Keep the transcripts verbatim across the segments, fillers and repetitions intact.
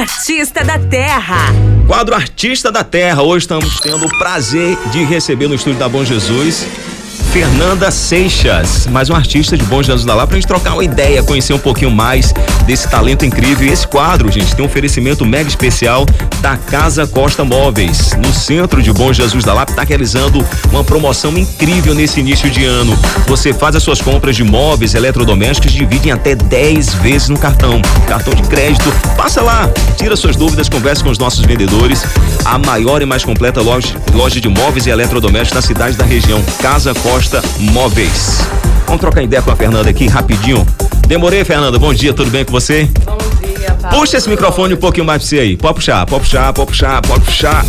Artista da Terra. Quadro Artista da Terra. Hoje estamos tendo o prazer de receber no estúdio da Bom Jesus Fernanda Seixas, mais um artista de Bom Jesus da Lapa, pra gente trocar uma ideia, conhecer um pouquinho mais desse talento incrível. E esse quadro, gente, tem um oferecimento mega especial da Casa Costa Móveis, no centro de Bom Jesus da Lapa, está realizando uma promoção incrível nesse início de ano. Você faz as suas compras de móveis, eletrodomésticos, dividem até dez vezes no cartão, cartão de crédito. Passa lá, tira suas dúvidas, converse com os nossos vendedores. A maior e mais completa loja, loja de móveis e eletrodomésticos na cidade da região, Casa Costa Móveis. Vamos trocar ideia com a Fernanda aqui rapidinho. Demorei, Fernanda? Bom dia, tudo bem com você? Bom dia, Paulo. Puxa esse microfone um pouquinho mais pra você aí. Pode puxar, pode puxar, pode puxar, pode puxar.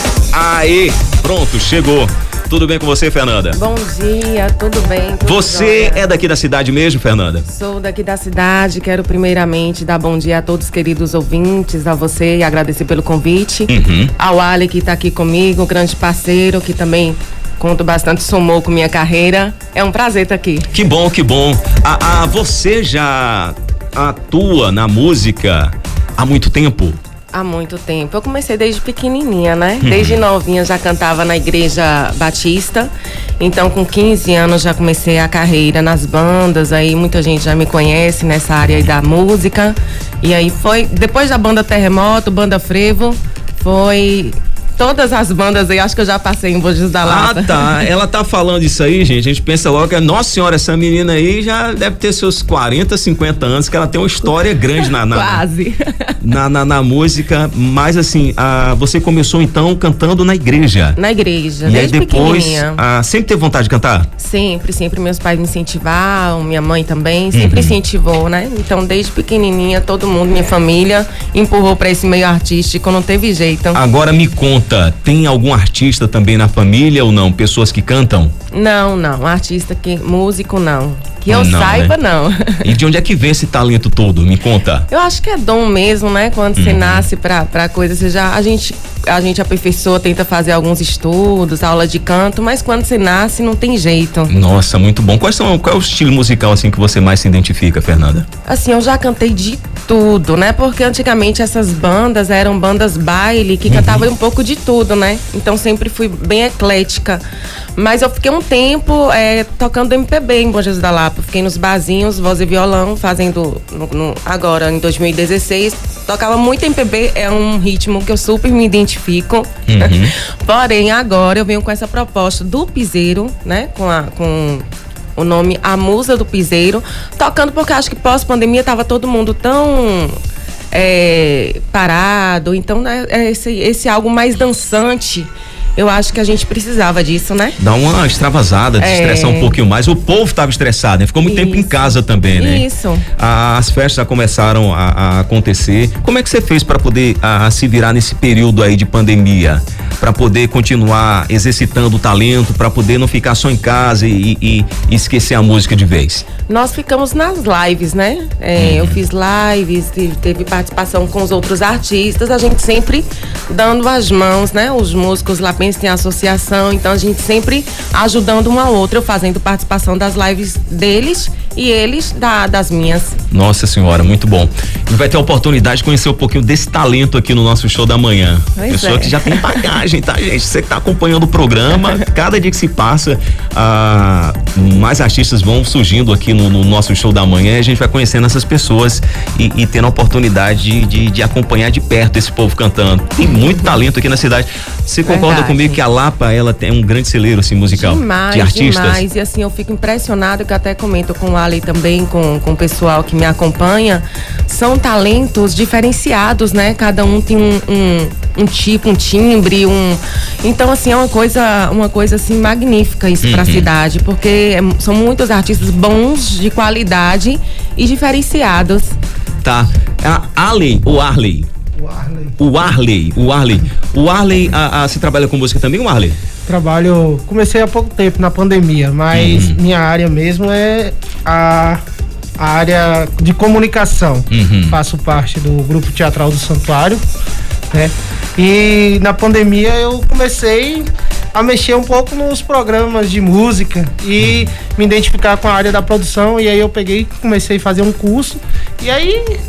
Aê, pronto, chegou. Tudo bem com você, Fernanda? Bom dia, tudo bem? Tudo você jóia. É daqui da cidade mesmo, Fernanda? Sou daqui da cidade, quero primeiramente dar bom dia a todos os queridos ouvintes, a você e agradecer pelo convite. Uhum. Ao Ali que tá aqui comigo, um grande parceiro que também conto bastante, somou com minha carreira. É um prazer estar aqui. Que bom, que bom. A, a, você já atua na música há muito tempo? Há muito tempo. Eu comecei desde pequenininha, né? Desde novinha já cantava na Igreja Batista. Então, com quinze anos já comecei a carreira nas bandas. Aí muita gente já me conhece nessa área aí da música. E aí foi, depois da banda Terremoto, banda Frevo, foi todas as bandas aí, acho que eu já passei em Bom Jesus da Lapa. Ah, tá. Ela tá falando isso aí, gente. A gente pensa logo que, nossa senhora, essa menina aí já deve ter seus quarenta, cinquenta anos, que ela tem uma história grande na, na, Quase. Na, na, na música. Mas assim, a, você começou então cantando na igreja. Na igreja, e desde aí depois, pequenininha. a, sempre teve vontade de cantar? Sempre, sempre. Meus pais me incentivavam, minha mãe também, sempre Uhum. incentivou, né? Então, desde pequenininha, todo mundo, minha família, empurrou pra esse meio artístico, não teve jeito. Agora me conta, tem algum artista também na família ou não? Pessoas que cantam? Não, não. Artista que, músico não. Que eu Não, saiba, né? não. E de onde é que vem esse talento todo? Me conta. Eu acho que é dom mesmo, né? Quando você Uhum. nasce pra, pra coisa, você já, a gente, a gente aperfeiçoa, tenta fazer alguns estudos, aula de canto, mas quando você nasce, não tem jeito. Nossa, muito bom. Quais são, qual é o estilo musical assim que você mais se identifica, Fernanda? Assim, eu já cantei de tudo, né? Porque antigamente essas bandas eram bandas baile que cantavam um pouco de tudo, né? Então sempre fui bem eclética. Mas eu fiquei um tempo é, tocando M P B em Bom Jesus da Lapa. Fiquei nos barzinhos, voz e violão, fazendo no, no, agora, em dois mil e dezesseis. Tocava muito M P B, é um ritmo que eu super me identifico. Uhum. Porém, agora eu venho com essa proposta do piseiro, né? Com a... Com o nome A Musa do Piseiro, tocando porque acho que pós-pandemia tava todo mundo tão é, parado, então né, esse, esse algo mais dançante, eu acho que a gente precisava disso, né? Dá uma extravasada, de É. estressar um pouquinho mais. O povo tava estressado, né? Ficou muito tempo em Isso. casa também, né? Isso. As festas já começaram a, a acontecer. Como é que você fez para poder a, a se virar nesse período aí de pandemia? Para poder continuar exercitando o talento, para poder não ficar só em casa e, e, e esquecer a música de vez? Nós ficamos nas lives, né? É, Uhum. Eu fiz lives, teve, teve participação com os outros artistas, a gente sempre dando as mãos, né? Os músicos lá tem associação, então a gente sempre ajudando um ao outro, eu fazendo participação das lives deles e eles da, das minhas. Nossa senhora, muito bom. E vai ter a oportunidade de conhecer um pouquinho desse talento aqui no nosso show da manhã. Pois Pessoa é. que já tem bagagem, tá, gente? Você que tá acompanhando o programa, cada dia que se passa, ah, mais artistas vão surgindo aqui no, no nosso show da manhã e a gente vai conhecendo essas pessoas e, e tendo a oportunidade de, de, de acompanhar de perto esse povo cantando. Tem muito talento aqui na cidade. Você concorda Verdade. comigo que a Lapa, ela tem um grande celeiro assim, musical? Demais, de artistas? demais. E assim, eu fico impressionada, que eu até comento com o Ali também, com, com o pessoal que me acompanha. São talentos diferenciados, né? Cada um tem um, um, um tipo, um timbre, um... Então, assim, é uma coisa, uma coisa assim, magnífica isso pra Uhum. cidade, porque é- são muitos artistas bons, de qualidade e diferenciados. Tá. A Arley, o Arley. O Arley. O Arley, o Arley. O Arley, a, a, você trabalha com música também, o Arley? Trabalho, comecei há pouco tempo na pandemia, mas Uhum. minha área mesmo é a, a área de comunicação. Uhum. Faço parte do grupo teatral do Santuário, né? E na pandemia eu comecei a mexer um pouco nos programas de música e me identificar com a área da produção, e aí eu peguei, comecei a fazer um curso e aí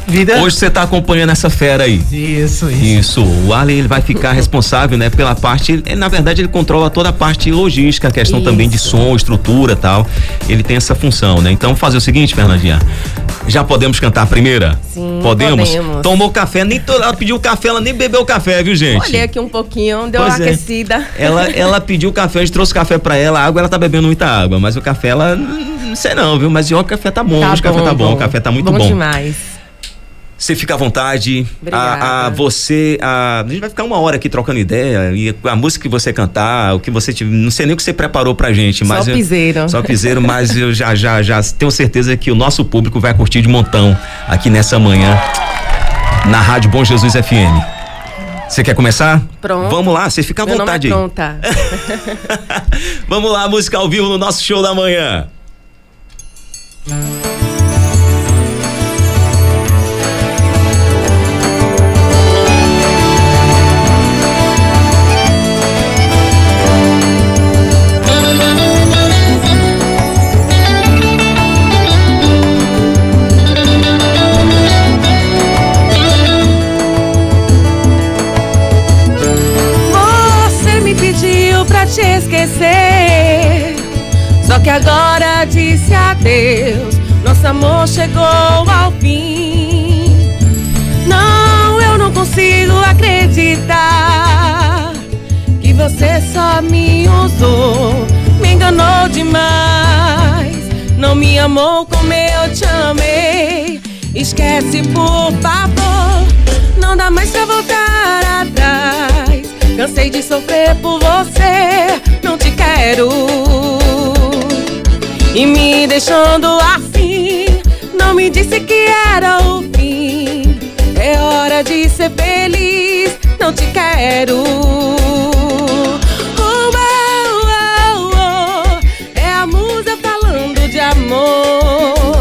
vida. Hoje você tá acompanhando essa fera aí. Isso, isso. Isso. O Arley, ele vai ficar responsável, né, pela parte, ele, na verdade ele controla toda a parte logística, a questão isso. também de som, estrutura e tal. Ele tem essa função, né? Então fazer o seguinte, Fernandinha, já podemos cantar a primeira? Sim, podemos. podemos. Tomou café, nem to, ela pediu café, ela nem bebeu café, viu, gente? Olhei aqui um pouquinho, deu pois uma é. aquecida. Ela, ela pediu café, a gente trouxe café pra ela, a água, ela tá bebendo muita água, mas o café, ela, não sei não, viu? Mas o café tá bom, tá o café bom, tá bom, bom, o café tá muito bom. Bom demais. Você fica à vontade. Obrigada. A, a você, a, a gente vai ficar uma hora aqui trocando ideia e a música que você cantar, o que você tiver, não sei nem o que você preparou pra gente, mas só piseiro. Eu, só piseiro, mas eu já já já tenho certeza que o nosso público vai curtir de montão aqui nessa manhã na Rádio Bom Jesus F M. Você quer começar? Pronto. Vamos lá, você fica à Meu vontade nome é aí. pronta. Vamos lá, música ao vivo no nosso show da manhã. Te esquecer, só que agora disse adeus. Nosso amor chegou ao fim. Não, eu não consigo acreditar que você só me usou, me enganou demais, não me amou como eu te amei. Esquece, por favor, não dá mais pra voltar atrás. Cansei de sofrer por você, não te quero. E me deixando assim, não me disse que era o fim. É hora de ser feliz, não te quero. Oh, oh, oh, oh, é a musa falando de amor.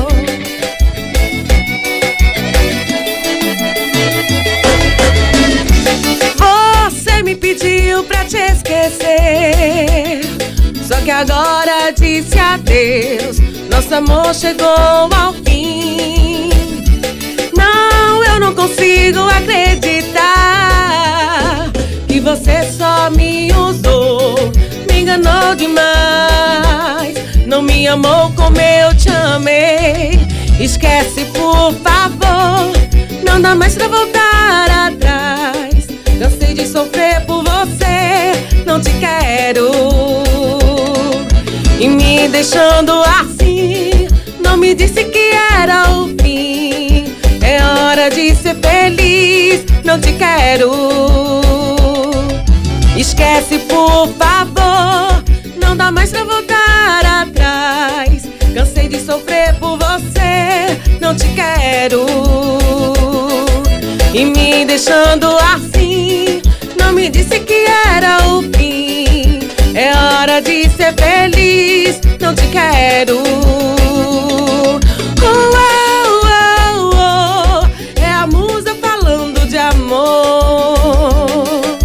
Me pediu pra te esquecer, só que agora disse adeus. Nosso amor chegou ao fim. Não, eu não consigo acreditar que você só me usou, me enganou demais, não me amou como eu te amei. Esquece, por favor, não dá mais pra voltar atrás. Cansei de sofrer por você, não te quero. E me deixando assim, não me disse que era o fim. É hora de ser feliz, não te quero. Esquece, por favor, não dá mais pra voltar atrás. Cansei de sofrer por você, não te quero. E me deixando assim, não me disse que era o fim. É hora de ser feliz, não te quero. Oh, oh, oh, oh, é a musa falando de amor.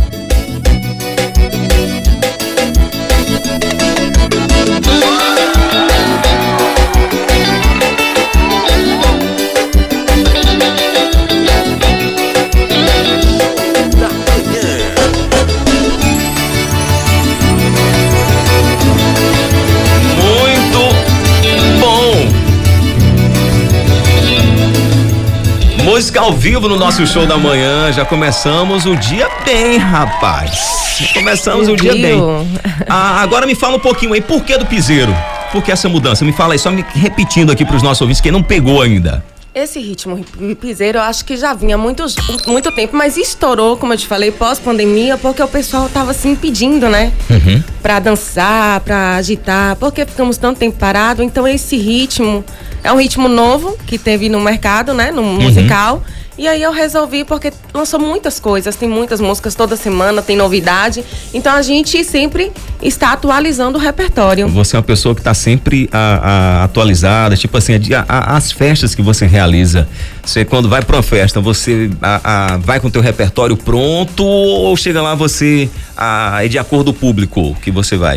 Música ao vivo no nosso show da manhã. Já começamos o dia bem, rapaz. Já começamos Meu o dia Deus. bem. Ah, agora me fala um pouquinho aí, por que do piseiro? Por que essa mudança? Me fala aí, só me repetindo aqui pros nossos ouvintes, quem não pegou ainda. Esse ritmo piseiro eu acho que já vinha há muito, muito tempo, mas estourou, como eu te falei, pós-pandemia, porque o pessoal tava se impedindo, né? Uhum. Pra dançar, pra agitar, porque ficamos tanto tempo parado. Então esse ritmo é um ritmo novo que teve no mercado, né? No musical. E aí eu resolvi, porque lançou muitas coisas, tem muitas músicas toda semana, tem novidade. Então a gente sempre está atualizando o repertório. Você é uma pessoa que está sempre a, a, atualizada, tipo assim, a, a, as festas que você realiza. Você, quando vai para uma festa, você a, a, vai com o teu repertório pronto ou chega lá você a, é de acordo com o público que você vai?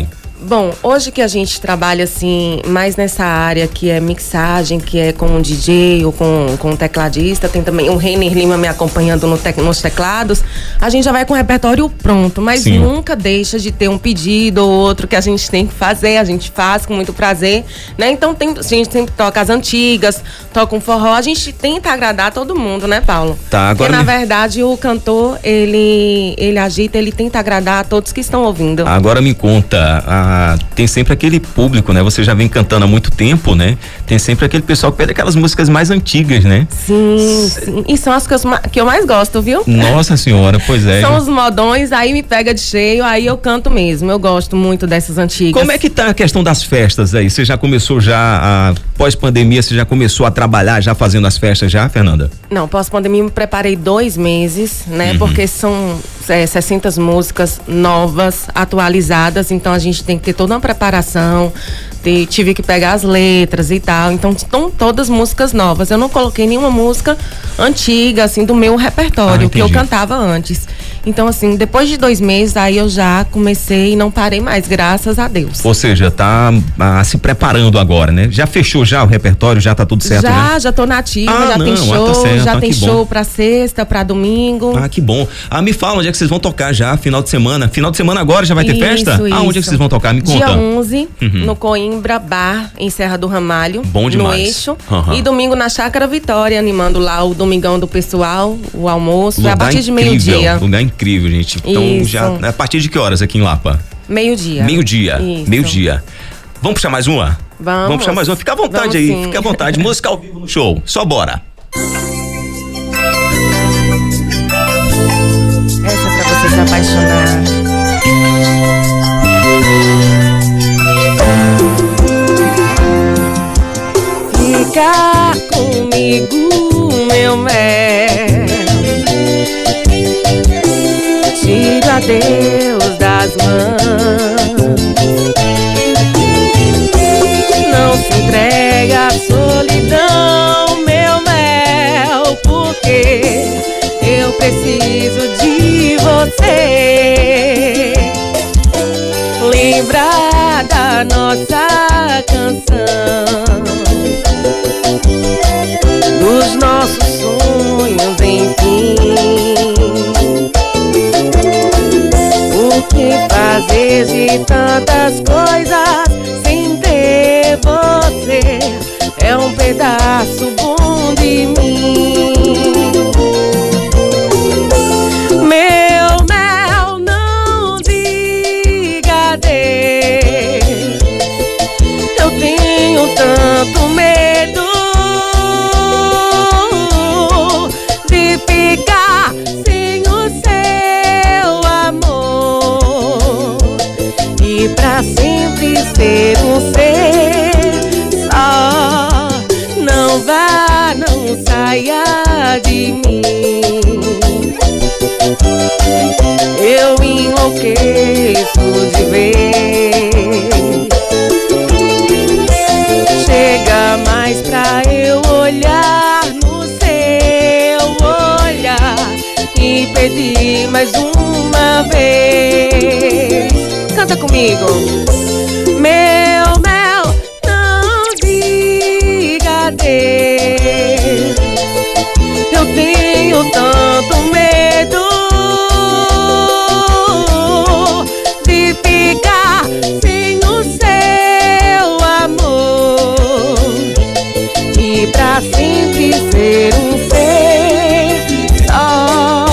Bom, hoje que a gente trabalha assim, mais nessa área que é mixagem, que é com o D J ou com, com o tecladista, tem também o Reiner Lima me acompanhando no tec, nos teclados, a gente já vai com o repertório pronto, mas Sim. nunca deixa de ter um pedido ou outro que a gente tem que fazer, a gente faz com muito prazer, né? Então tem, a gente sempre toca as antigas, toca um forró, a gente tenta agradar todo mundo, né, Paulo? Tá, agora Porque, me... na verdade, o cantor, ele, ele agita, ele tenta agradar a todos que estão ouvindo. Agora me conta, a tem sempre aquele público, né? Você já vem cantando há muito tempo, né? Tem sempre aquele pessoal que pede aquelas músicas mais antigas, né? Sim, sim. E são as que eu, que eu mais gosto, viu? Nossa senhora, pois é. São os modões, aí me pega de cheio, aí eu canto mesmo. Eu gosto muito dessas antigas. Como é que tá a questão das festas aí? Você já começou já, a, pós-pandemia, você já começou a trabalhar já fazendo as festas já, Fernanda? Não, pós-pandemia me preparei dois meses, né? Uhum. Porque são é, sessenta músicas novas, atualizadas, então a gente tem que ter toda uma preparação, te, tive que pegar as letras e tal, então são todas músicas novas, eu não coloquei nenhuma música antiga, assim, do meu repertório, ah, que eu cantava antes. Então, assim, depois de dois meses, aí eu já comecei e não parei mais, graças a Deus. Ou seja, tá ah, se preparando agora, né? Já fechou já o repertório, já tá tudo certo, já, né? Já, tô nativa, ah, já não, tem show, ah, tá certo, já ah, tem show bom. Pra sexta, pra domingo. Ah, que bom. Ah, me fala onde é que vocês vão tocar já, final de semana. Final de semana agora já vai ter isso, festa? Isso. Ah, onde é que vocês vão tocar? Me conta. Dia onze, uhum. no Coimbra Bar, em Serra do Ramalho. Bom demais. No Eixo. Uhum. E domingo na Chácara Vitória, animando lá o domingão do pessoal, o almoço. Lugar é a partir de meio-dia. Lugar incrível, gente. Então, isso. já, a partir de que horas aqui em Lapa? Meio-dia. Meio-dia. Meio-dia. Vamos puxar mais uma? Vamos. Vamos puxar mais uma. Fica à vontade Vamos, aí, sim. fica à vontade. Música ao vivo no show. Só bora. Essa é pra você se apaixonar. Fica comigo, meu mel. Tira Deus das mãos. Não se entrega à solidão, meu mel, porque eu preciso de você. Lembra da nossa canção, dos nossos sonhos, enfim. O que fazer de tantas coisas sem ter você? É um pedaço bom de mim. Meu mel, não diga adeus. Eu tenho tanto medo de ficar sem o seu amor e pra sempre ser um ser só. Não vá, não saia de mim. Eu enlouqueço de ver. Chega mais pra eu olhar no seu olhar e pedir mais uma vez. Canta comigo. Meu mel, não diga adeus. Eu tenho tanto medo de ficar sem o seu amor e pra sempre ser um ser só.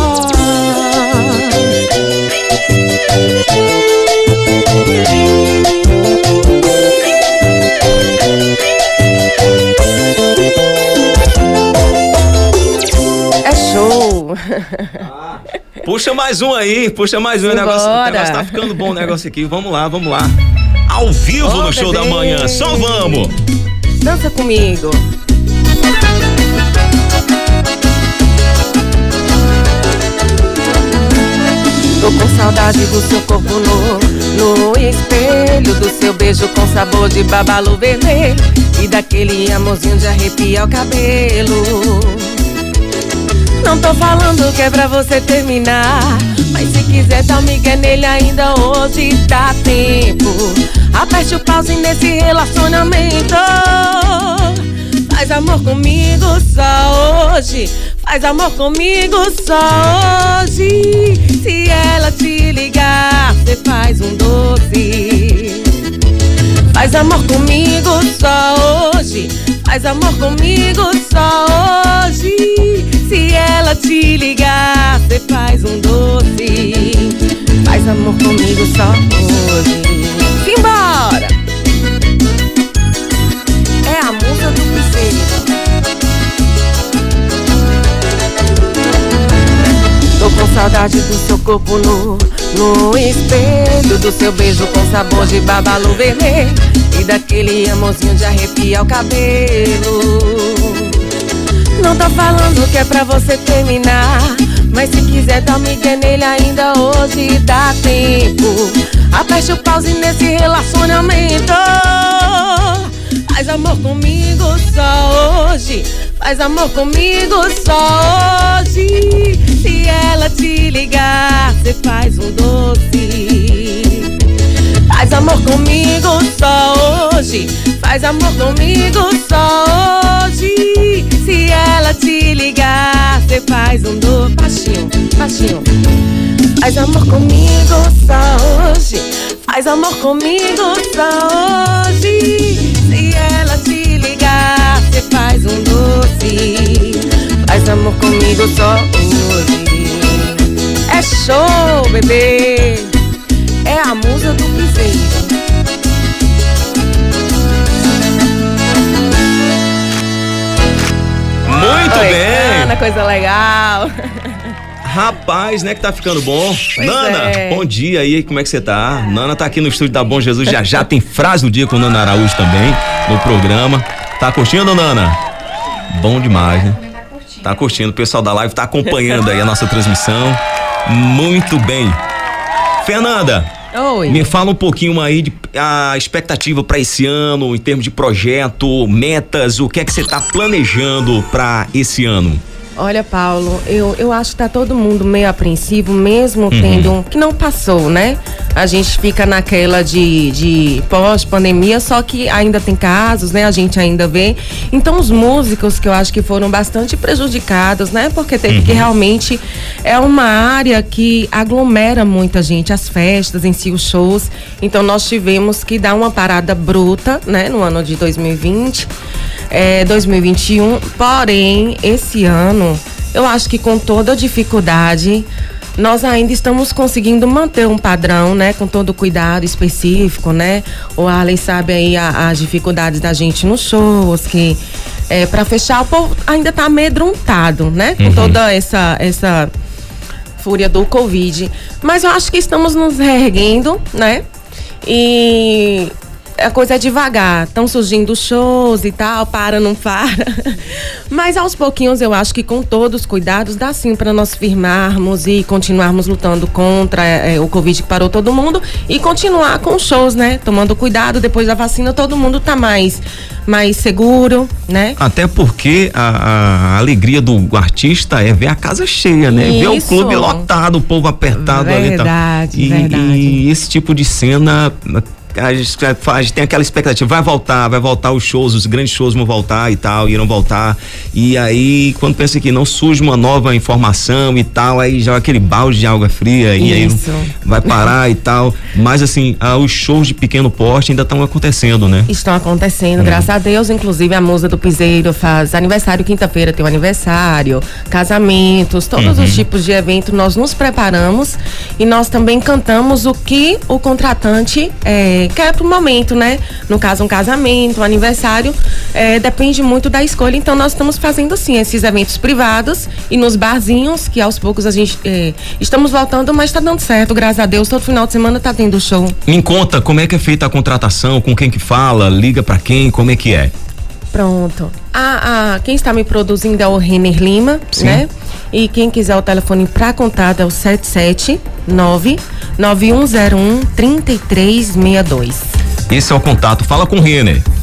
É show. Ah, puxa mais um aí, puxa mais um. O negócio, o negócio tá ficando bom o negócio aqui. Vamos lá, vamos lá. Ao vivo oh, no show bebê. Da manhã, só vamos. Dança comigo. Tô com saudade do seu corpo no, no espelho, do seu beijo com sabor de babalu vermelho e daquele amorzinho de arrepiar o cabelo. Não tô falando que é pra você terminar, mas se quiser dar um migué nele ainda hoje dá tempo. Aperte o pause nesse relacionamento. Faz amor comigo só hoje. Faz amor comigo só hoje. Se ela te ligar, cê faz um doce. Faz amor comigo só hoje. Faz amor comigo só hoje. Se ela te ligar, cê faz um doce. Faz amor comigo só hoje. Simbora! É a música do piseiro. Tô com saudade do seu corpo nu, no espelho, do seu beijo com sabor de babalu vermelho e daquele amorzinho de arrepiar o cabelo. Não tô falando que é pra você terminar, mas se quiser dar um migué nele ainda hoje dá tempo. Aperte o pause nesse relacionamento. Faz amor comigo só hoje. Faz amor comigo só hoje. Se ela te ligar, cê faz um doce. Faz amor comigo só hoje. Faz amor comigo só hoje. Se ela te ligar, cê faz um doce. Baixinho, baixinho. Faz amor comigo só hoje. Faz amor comigo só hoje. Se ela te ligar, cê faz um doce. Faz amor comigo só hoje. É show, bebê. É a musa do piseiro. Muito Oi, bem. Ana, coisa legal. Rapaz, né, que tá ficando bom. Pois Nana, é. bom dia aí, como é que você tá? Nana tá aqui no estúdio da Bom Jesus, já já tem frase do dia com Nana Araújo também, no programa. Tá curtindo, Nana? Bom demais, né? Tá curtindo, o pessoal da live tá acompanhando aí a nossa transmissão. Muito bem. Fernanda, Oi. me fala um pouquinho aí de a expectativa para esse ano, em termos de projeto, metas, o que é que você tá planejando para esse ano? Olha, Paulo, eu, eu acho que tá todo mundo meio apreensivo, mesmo tendo um, que não passou, né? A gente fica naquela de, de pós-pandemia, só que ainda tem casos, né? A gente ainda vê. Então, os músicos que eu acho que foram bastante prejudicados, né? Porque teve Uhum. que realmente é uma área que aglomera muita gente, as festas em si, os shows. Então, nós tivemos que dar uma parada bruta, né? No ano de dois mil e vinte. É, dois mil e vinte e um, porém, esse ano, eu acho que com toda a dificuldade, nós ainda estamos conseguindo manter um padrão, né? Com todo o cuidado específico, né? O Arley sabe aí a- as dificuldades da gente nos shows, que é, para fechar, o povo ainda tá amedrontado, né? Com Uhum. toda essa, essa fúria do Covid. Mas eu acho que estamos nos reerguendo, né? E a coisa é devagar, estão surgindo shows e tal, para, não para. Mas aos pouquinhos eu acho que com todos os cuidados dá sim para nós firmarmos e continuarmos lutando contra é, o Covid que parou todo mundo e continuar com shows, né? Tomando cuidado, depois da vacina todo mundo tá mais, mais seguro, né? Até porque a, a alegria do artista é ver a casa cheia, né? Ver o Isso. clube lotado, o povo apertado ali. e tal. Verdade, E, verdade. e esse tipo de cena, a gente, a gente tem aquela expectativa, vai voltar, vai voltar os shows, os grandes shows vão voltar e tal, irão voltar. E aí, quando pensa que não surge uma nova informação e tal, aí já aquele balde de água fria e Isso. aí vai parar e tal. Mas assim, ah, os shows de pequeno porte ainda estão acontecendo, né? Estão acontecendo, graças a Deus. Inclusive a Musa do Piseiro faz aniversário, quinta-feira tem um aniversário, casamentos, todos Uhum. os tipos de evento nós nos preparamos e nós também cantamos o que o contratante é, quer pro momento, né? No caso, um casamento, um aniversário, é, depende muito da escolha. Então nós estamos fazendo assim, esses eventos privados e nos barzinhos, que aos poucos a gente é, estamos voltando, mas tá dando certo, graças a Deus. Todo final de semana tá tendo show. Me conta como é que é feita a contratação, com quem que fala, liga pra quem, como é que é? Pronto. A, a, quem está me produzindo é o Renner Lima, Sim. né? E quem quiser o telefone para contato é o sete sete nove nove um zero um três três seis dois. Esse é o contato, fala com o Renner.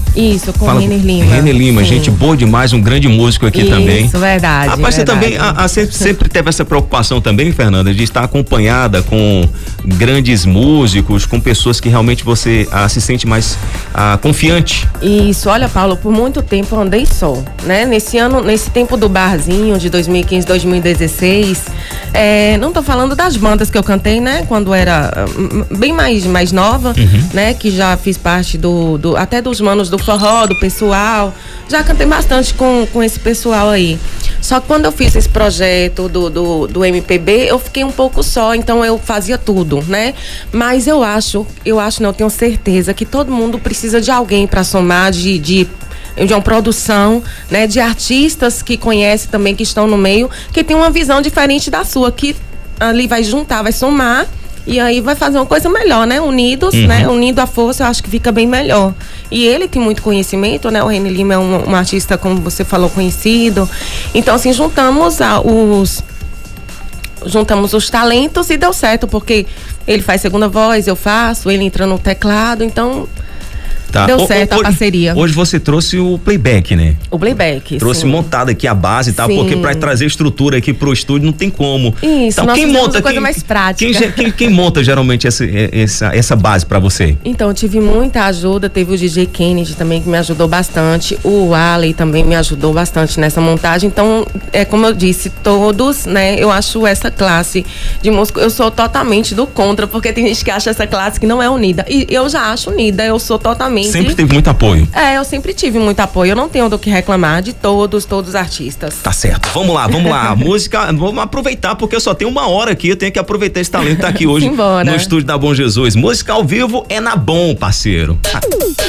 Isso, com Fala, Renner Lima. Renner Lima, Sim. gente boa demais, um grande músico aqui Isso, também. Isso, verdade. Rapaz, você verdade. também a, a, sempre, sempre teve essa preocupação também, Fernanda, de estar acompanhada com grandes músicos, com pessoas que realmente você a, se sente mais a, confiante. Isso, olha, Paulo, por muito tempo eu andei só, né? Nesse ano, nesse tempo do barzinho de dois mil e quinze, dois mil e dezesseis, é, não tô falando das bandas que eu cantei, né? Quando era bem mais, mais nova, uhum. né? Que já fiz parte do, do, até dos manos do forró, do pessoal, já cantei bastante com, com esse pessoal aí. Só que quando eu fiz esse projeto do, do, do M P B, eu fiquei um pouco só, então eu fazia tudo, né? Mas eu acho, eu acho, não, eu tenho certeza que todo mundo precisa de alguém para somar, de, de, de uma produção, né? De artistas que conhecem também, que estão no meio, que tem uma visão diferente da sua, que ali vai juntar, vai somar. E aí vai fazer uma coisa melhor, né? Unidos, uhum. né? Unindo a força, eu acho que fica bem melhor. E ele tem muito conhecimento, né? O Renner Lima é um, um artista, como você falou, conhecido. Então, assim, juntamos a, os... Juntamos os talentos e deu certo, porque ele faz segunda voz, eu faço, ele entra no teclado, então... Tá. Deu certo o, o, a parceria. Hoje você trouxe o playback, né? O playback, Trouxe sim. montado aqui a base e tal, porque pra trazer estrutura aqui pro estúdio não tem como. Isso, então, nós quem monta, coisa quem, mais prática. Quem, quem, quem monta geralmente essa, essa, essa base pra você? Então, eu tive muita ajuda, teve o D J Kennedy também que me ajudou bastante, o Alley também me ajudou bastante nessa montagem. Então, é como eu disse, todos, né, eu acho essa classe de músico, eu sou totalmente do contra, porque tem gente que acha essa classe que não é unida. E eu já acho unida, eu sou totalmente... Sempre teve muito apoio. É, eu sempre tive muito apoio. Eu não tenho do que reclamar de todos, todos os artistas. Tá certo. Vamos lá, vamos lá. A música, vamos aproveitar, porque eu só tenho uma hora aqui. Eu tenho que aproveitar esse talento que tá aqui hoje Simbora. no estúdio da Bom Jesus. Música ao vivo é na Bom, parceiro. Ah.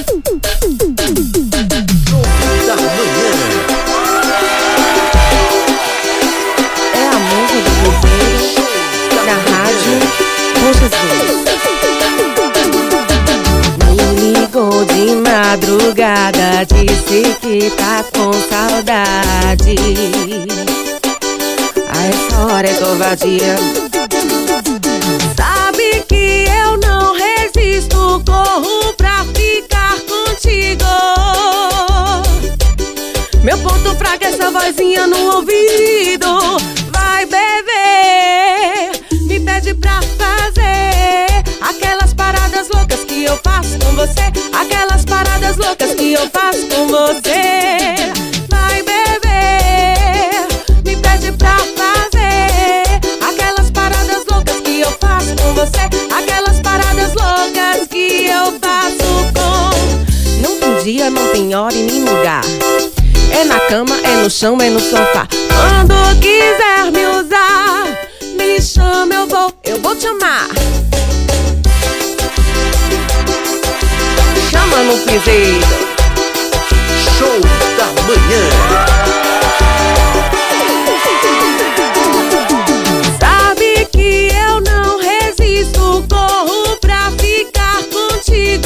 É a música do Cruzeiro na rádio Bom Jesus. De madrugada disse que tá com saudade. A essa hora é covardia. Sabe que eu não resisto, corro pra ficar contigo. Meu ponto fraco é essa vozinha no ouvido. Vai beber, me pede pra fazer aquelas paradas loucas que eu faço com você. Aquelas paradas loucas que eu faço com você. Vai beber, me pede pra fazer aquelas paradas loucas que eu faço com você. Aquelas paradas loucas que eu faço com... Não tem dia, não tem hora e nem lugar. É na cama, é no chão, é no sofá. Quando quiser me usar, me chama, eu vou, eu vou te amar. Chama no piseiro. Show da manhã. Sabe que eu não resisto, corro pra ficar contigo.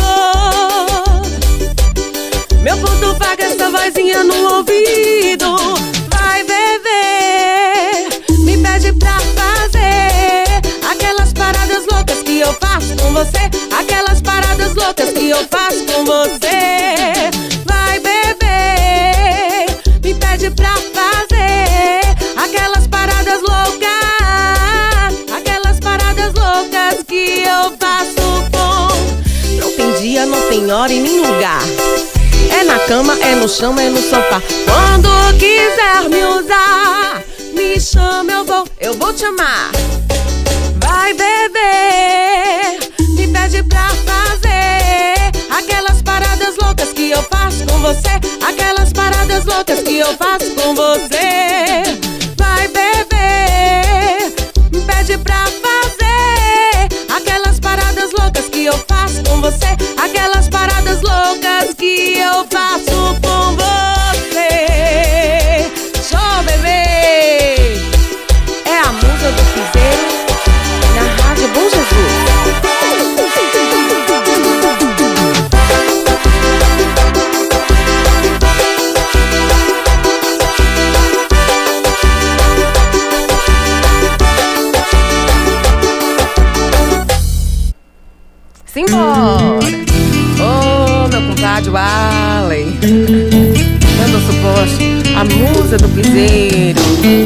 Meu ponto fraco é essa vozinha no ouvido. Vai beber, me pede pra fazer aquelas paradas loucas que eu faço com você. Aquelas paradas loucas que eu faço com você. Vai beber, me pede pra fazer aquelas paradas loucas. Aquelas paradas loucas que eu faço com... Não tem dia, não tem hora e nem lugar. É na cama, é no chão, é no sofá. Quando quiser me usar, me chama, eu vou, eu vou te amar. Vai beber, me pede pra fazer aquelas paradas loucas que eu faço com você. Aquelas paradas loucas que eu faço com você. Vai beber, me pede pra fazer aquelas paradas loucas que eu faço com você. Aquelas paradas loucas que eu faço com você. Show, bebê. É a musa do piseiro na rádio Bom Jesus. Simbora! Ô, oh, meu compadre Alley. Rocha, a musa do piseiro.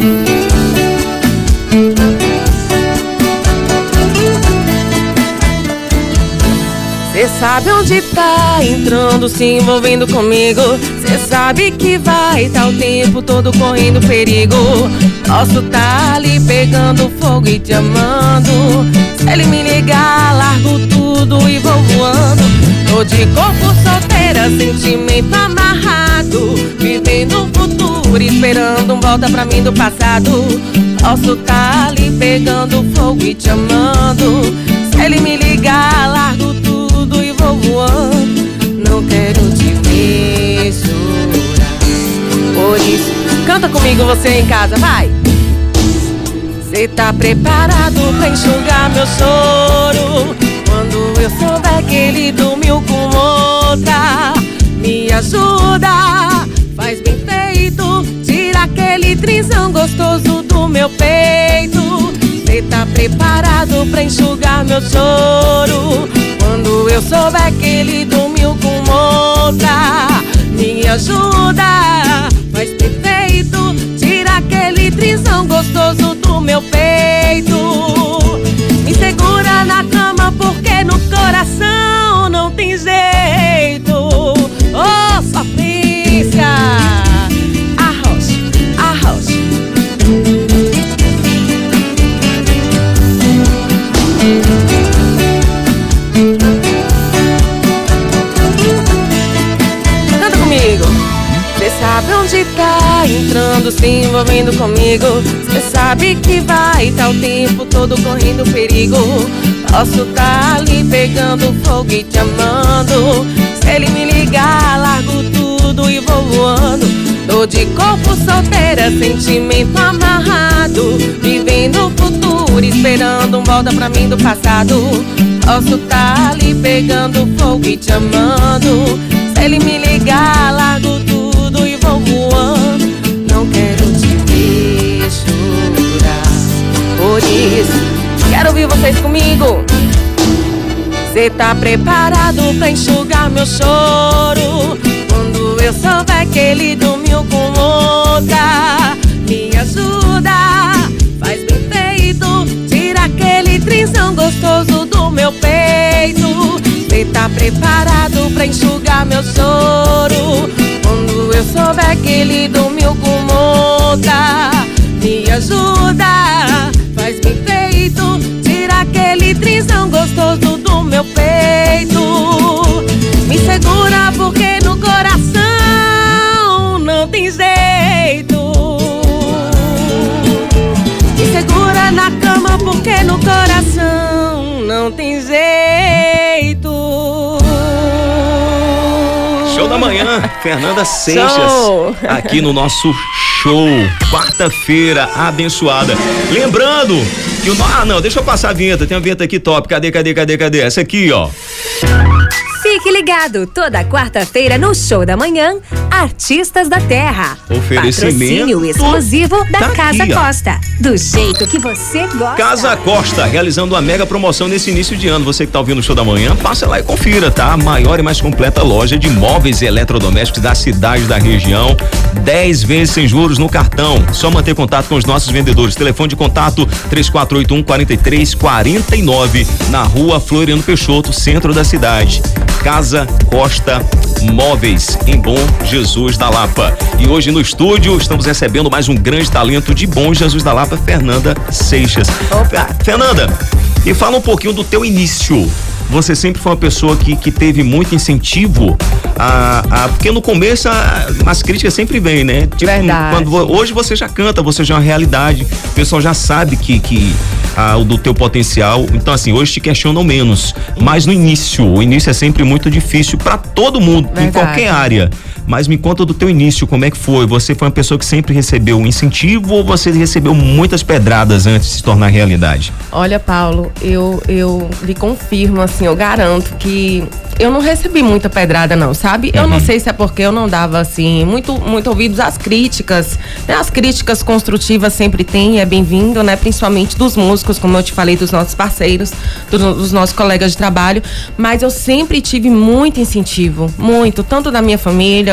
Cê sabe onde tá entrando, se envolvendo comigo. Cê sabe que vai tá o tempo todo correndo perigo. Posso tá ali pegando fogo e te amando. Se ele me ligar, largo tudo e vou voando. Tô de corpo solteira, sentimento amarrado, vivendo o futuro, esperando um volta pra mim do passado. Posso tá ali pegando fogo e te amando. Se ele me ligar, largo tudo e vou voando. Não quero te ver chorar. Por isso, canta comigo você em casa, vai! Cê tá preparado pra enxugar meu choro? Quando eu souber que ele dormiu com outra, me ajuda, faz bem feito, tira aquele trisão gostoso do meu peito. Cê tá preparado pra enxugar meu choro? Quando eu souber que ele dormiu com outra, me ajuda, faz bem feito, tira aquele trisão gostoso do meu peito. Me segura na cama porque no coração não tem jeito. Oh, sofrência, arrocha, arrocha. Canta comigo. Cê sabe onde tá entrando, se envolvendo comigo. Cê sabe que vai tá o tempo todo correndo perigo. Posso tá ali pegando fogo e te amando. Se ele me ligar, largo tudo e vou voando. Tô de corpo solteira, sentimento amarrado, vivendo o futuro, esperando um volta pra mim do passado. Posso tá ali pegando fogo e te amando. Se ele me ligar, largo tudo e vou voando. Não quero te ver chorar. Por isso, quero ouvir vocês comigo. Cê tá preparado pra enxugar meu choro? Quando eu souber que ele dormiu com outra, me ajuda, faz bem feito, tira aquele trisão gostoso do meu peito. Cê tá preparado pra enxugar meu choro? Quando eu souber que ele dormiu com outra, me ajuda, faz bem feito, tira aquele trisão gostoso do meu peito. Me segura porque no coração não tem jeito. Me segura na cama porque no coração não tem jeito. Show da manhã, Fernanda Seixas, Show. aqui no nosso show, quarta-feira abençoada. Lembrando que o... Ah, não, deixa eu passar a vinheta, tem uma vinheta aqui top, cadê, cadê, cadê, cadê? Essa aqui, ó. Fique ligado, toda quarta-feira no Show da Manhã, Artistas da Terra. Oferecimento Patrocínio exclusivo da tá Casa aqui, ó. Costa. Do jeito que você gosta. Casa Costa, realizando uma mega promoção nesse início de ano. Você que tá ouvindo o Show da Manhã, passa lá e confira, tá? A maior e mais completa loja de móveis e eletrodomésticos da cidade da região. dez vezes sem juros no cartão. Só manter contato com os nossos vendedores. Telefone de contato três quatro oito um, quatro três quatro nove, na rua Floriano Peixoto, centro da cidade. Casa Costa Móveis, em Bom Jesus da Lapa. E hoje no estúdio estamos recebendo mais um grande talento de Bom Jesus da Lapa, Fernanda Seixas. Opa. Fernanda, e fala um pouquinho do teu início. Você sempre foi uma pessoa que, que teve muito incentivo a, a, porque no começo a, as críticas sempre vêm, né? Tipo, Verdade. Quando, hoje você já canta, você já é uma realidade, o pessoal já sabe que, que a, o do teu potencial, então assim, hoje te questionam menos, mas no início, o início é sempre muito difícil pra todo mundo, Verdade. em qualquer área. Mas me conta do teu início, como é que foi? Você foi uma pessoa que sempre recebeu um incentivo ou você recebeu muitas pedradas antes de se tornar realidade? Olha, Paulo, eu, eu lhe confirmo, assim, eu garanto que eu não recebi muita pedrada, não, sabe? Eu Uhum. não sei se é porque eu não dava, assim, muito, muito ouvidos às críticas, né? As críticas construtivas sempre tem, é bem-vindo, né? Principalmente dos músicos, como eu te falei, dos nossos parceiros, dos, dos nossos colegas de trabalho, mas eu sempre tive muito incentivo, muito, tanto da minha família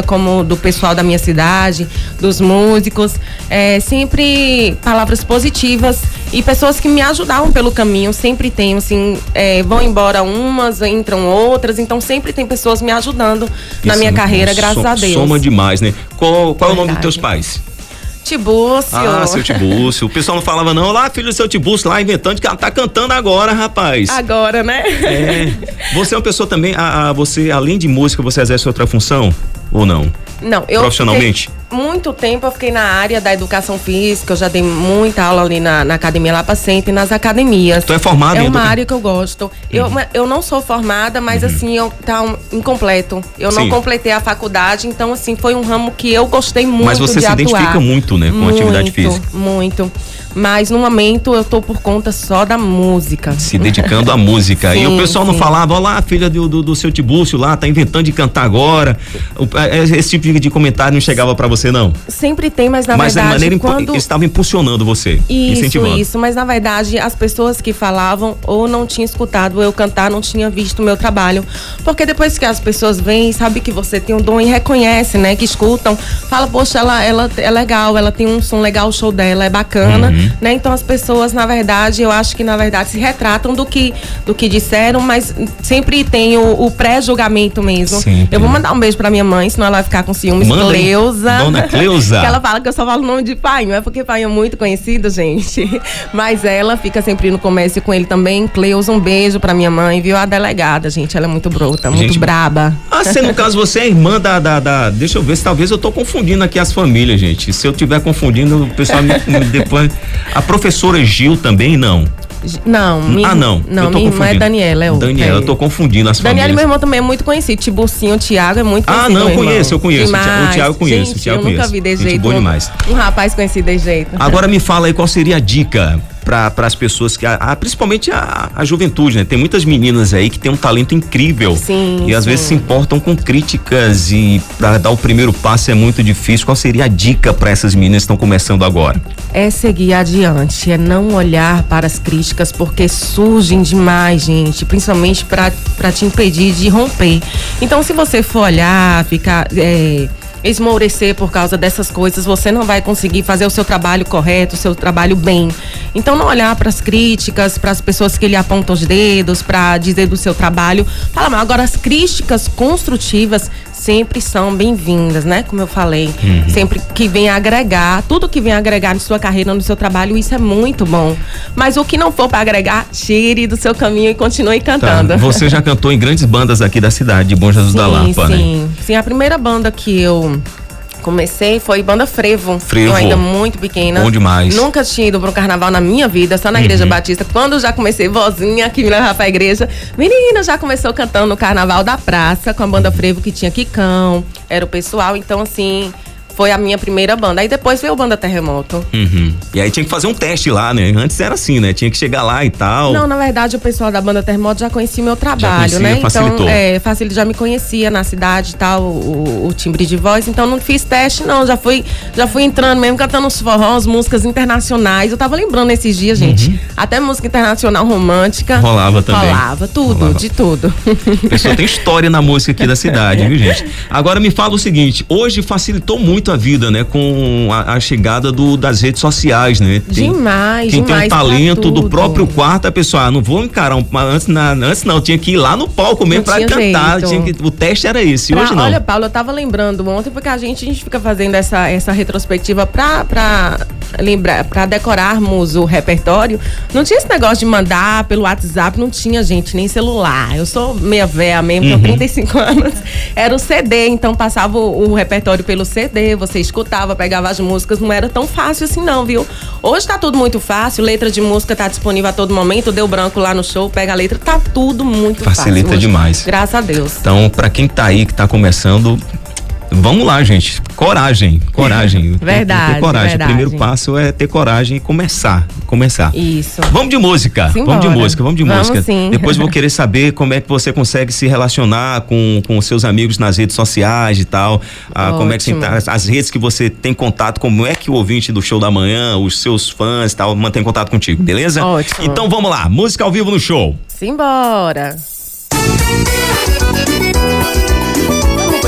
como do pessoal da minha cidade, dos músicos, é, sempre palavras positivas e pessoas que me ajudavam pelo caminho, sempre tem, assim, é, vão embora umas, entram outras, então sempre tem pessoas me ajudando na Isso minha é carreira, bom. graças Soma, a Deus. Soma demais, né? Qual, qual é o nome dos Verdade. teus pais? Tibúcio. Ah, seu Tibúcio. O pessoal não falava não, lá filho do seu Tibúcio, lá inventando que ela tá cantando agora, rapaz. Agora, né? É. Você é uma pessoa também, a, a, você, além de música, você exerce outra função? Ou não? Não, eu Profissionalmente? Muito tempo eu fiquei na área da educação física, eu já dei muita aula ali na, na Academia Lapa Center e nas academias. Tu é formada É em uma educa- área que eu gosto. Eu, eu não sou formada, mas assim, eu tá um, incompleto. Eu Sim. não completei a faculdade, então assim, foi um ramo que eu gostei muito de Mas você se atuar. identifica muito, né, com a atividade física. Muito, mas no momento eu tô por conta só da música. Se dedicando à música. Sim, e o pessoal não sim. falava, ó lá, a filha do, do, do seu Tibúcio lá, tá inventando de cantar agora. O- é, Esse tipo de comentário não chegava pra você, não? Sempre tem, mas na Mas de verdade maneira impo- quando... eles estavam impulsionando você, Isso, incentivando. isso, mas na verdade as pessoas que falavam ou não tinham escutado eu cantar, não tinham visto o meu trabalho, porque depois que as pessoas vêm, sabe que você tem um dom e reconhecem, né, que escutam, fala, poxa, ela, ela é legal, ela tem um som legal, o show dela é bacana, Uhum. né, então as pessoas na verdade, eu acho que na verdade se retratam do que, do que disseram, mas sempre tem o, o pré-julgamento mesmo. Sempre, Eu vou né? mandar um beijo pra minha mãe, senão ela vai ficar com ciúmes. Manda aí. Cleusa. Dona Cleusa. Que ela fala que eu só falo o nome de pai, não é porque pai é muito conhecido, gente. Mas ela fica sempre no comércio com ele também. Cleusa, um beijo pra minha mãe, viu? A delegada, gente, ela é muito bruta, muito Gente, braba. Ah, se no caso você é irmã da, da, da- Deixa eu ver se talvez eu tô confundindo aqui as famílias, gente. Se eu tiver confundindo, o pessoal me, me depois. A professora Gil também, não. Não, minha, ah, não. Não, eu tô minha irmã é confundindo. Daniela, é outra. Daniela, é. eu tô confundindo as Daniela e meu famílias. irmão também é muito conhecido. Tiburcinho, o Thiago é muito Ah, conhecido. não, meu irmão. conheço, eu conheço. O Thi- o Demais. Thiago eu conheço, Gente, o Thiago eu nunca conheço. vi desse Gente jeito. boa um- demais. Um rapaz conhecido desse jeito. Agora me fala aí qual seria a dica para as pessoas que, a, a- principalmente a, a juventude, né? Tem muitas meninas aí que tem um talento incrível. Sim, E às sim. vezes se importam com críticas e para dar o primeiro passo é muito difícil. Qual seria a dica para essas meninas que estão começando agora? É seguir adiante, é não olhar para as críticas, porque surgem demais, gente, principalmente para te impedir de romper. Então, se você for olhar, ficar. É, esmorecer por causa dessas coisas, você não vai conseguir fazer o seu trabalho correto, o seu trabalho bem. Então, não olhar para as críticas, para as pessoas que lhe apontam os dedos, para dizer do seu trabalho. Fala mal. Agora, as críticas construtivas sempre são bem-vindas, né? Como eu falei, Uhum. sempre que vem agregar, tudo que vem agregar na sua carreira, no seu trabalho, isso é muito bom. Mas o que não for para agregar, tire do seu caminho e continue cantando. Tá. Você já cantou em grandes bandas aqui da cidade, de Bom Jesus da Lapa, né? Sim, sim. A primeira banda que eu comecei foi banda Frevo. Frevo. Eu ainda muito pequena. Bom demais. Nunca tinha ido para um carnaval na minha vida, só na Igreja Uhum. Batista. Quando eu já comecei, vozinha que me levava pra igreja, menina já começou cantando no Carnaval da Praça com a banda Frevo, que tinha Quicão, era o pessoal. Então, assim, foi a minha primeira banda. Aí depois veio a banda Terremoto. Uhum. E aí tinha que fazer um teste lá, né? Antes era assim, né? Tinha que chegar lá e tal. Não, na verdade, o pessoal da banda Terremoto já conhecia meu trabalho, conhecia, né? facilitou. Então, é, facil, já me conhecia na cidade e tal, o, o timbre de voz. Então, não fiz teste, não. Já fui, já fui entrando mesmo, cantando os forrós, músicas internacionais. Eu tava lembrando esses dias, gente. Até música internacional romântica. Rolava também. Rolava, tudo, Rolava. de tudo. A pessoa tem história na música aqui da cidade, viu, gente? Agora me fala o seguinte, hoje facilitou muito a vida, né? Com a, a chegada do, das redes sociais, né? Tem, Demais, quem demais tem um pra talento do tudo. próprio quarto, a pessoa, ah, não vou encarar um, antes, na, antes não, tinha que ir lá no palco mesmo Não pra tinha cantar, jeito. tinha que, o teste era esse, Pra- hoje não. Olha, Paulo, eu tava lembrando ontem, porque a gente, a gente fica fazendo essa, essa retrospectiva pra, pra lembrar, pra decorarmos o repertório. Não tinha esse negócio de mandar pelo WhatsApp, não tinha, gente, nem celular. Eu sou meia véia mesmo, tenho trinta e cinco anos. Era o C D, então passava o, o repertório pelo C D, você escutava, pegava as músicas, não era tão fácil assim não, viu? Hoje tá tudo muito fácil, letra de música tá disponível a todo momento, deu branco lá no show, pega a letra, tá tudo muito Facilita fácil. hoje. demais. Graças a Deus. Então, pra quem tá aí, que tá começando, vamos lá, gente. Coragem, coragem. Tem que Verdade, ter coragem. verdade. O primeiro passo é ter coragem e começar, começar. Isso. Vamos de música, Simbora. vamos de música, vamos de Vamos música. sim. Depois vou querer saber como é que você consegue se relacionar com, com os seus amigos nas redes sociais e tal. Ah, como é que você Ótimo. tá, as, as redes que você tem contato, como é que o ouvinte do Show da Manhã, os seus fãs e tal, mantém contato contigo, beleza? Ótimo. Então vamos lá, música ao vivo no show. Simbora! Vamos com esse forró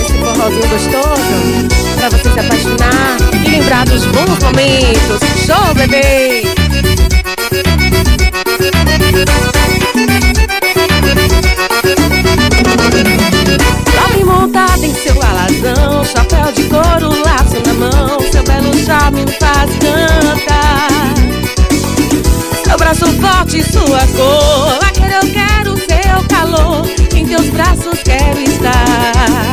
forrozinho gostoso pra você se apaixonar e lembrar dos bons momentos. Show, bebê! Lá bem montada em seu alazão, chapéu de couro, laço na mão, seu belo charme me faz cantar. Seu braço forte, sua cor, aquele eu quero, seu calor, em teus braços quero estar.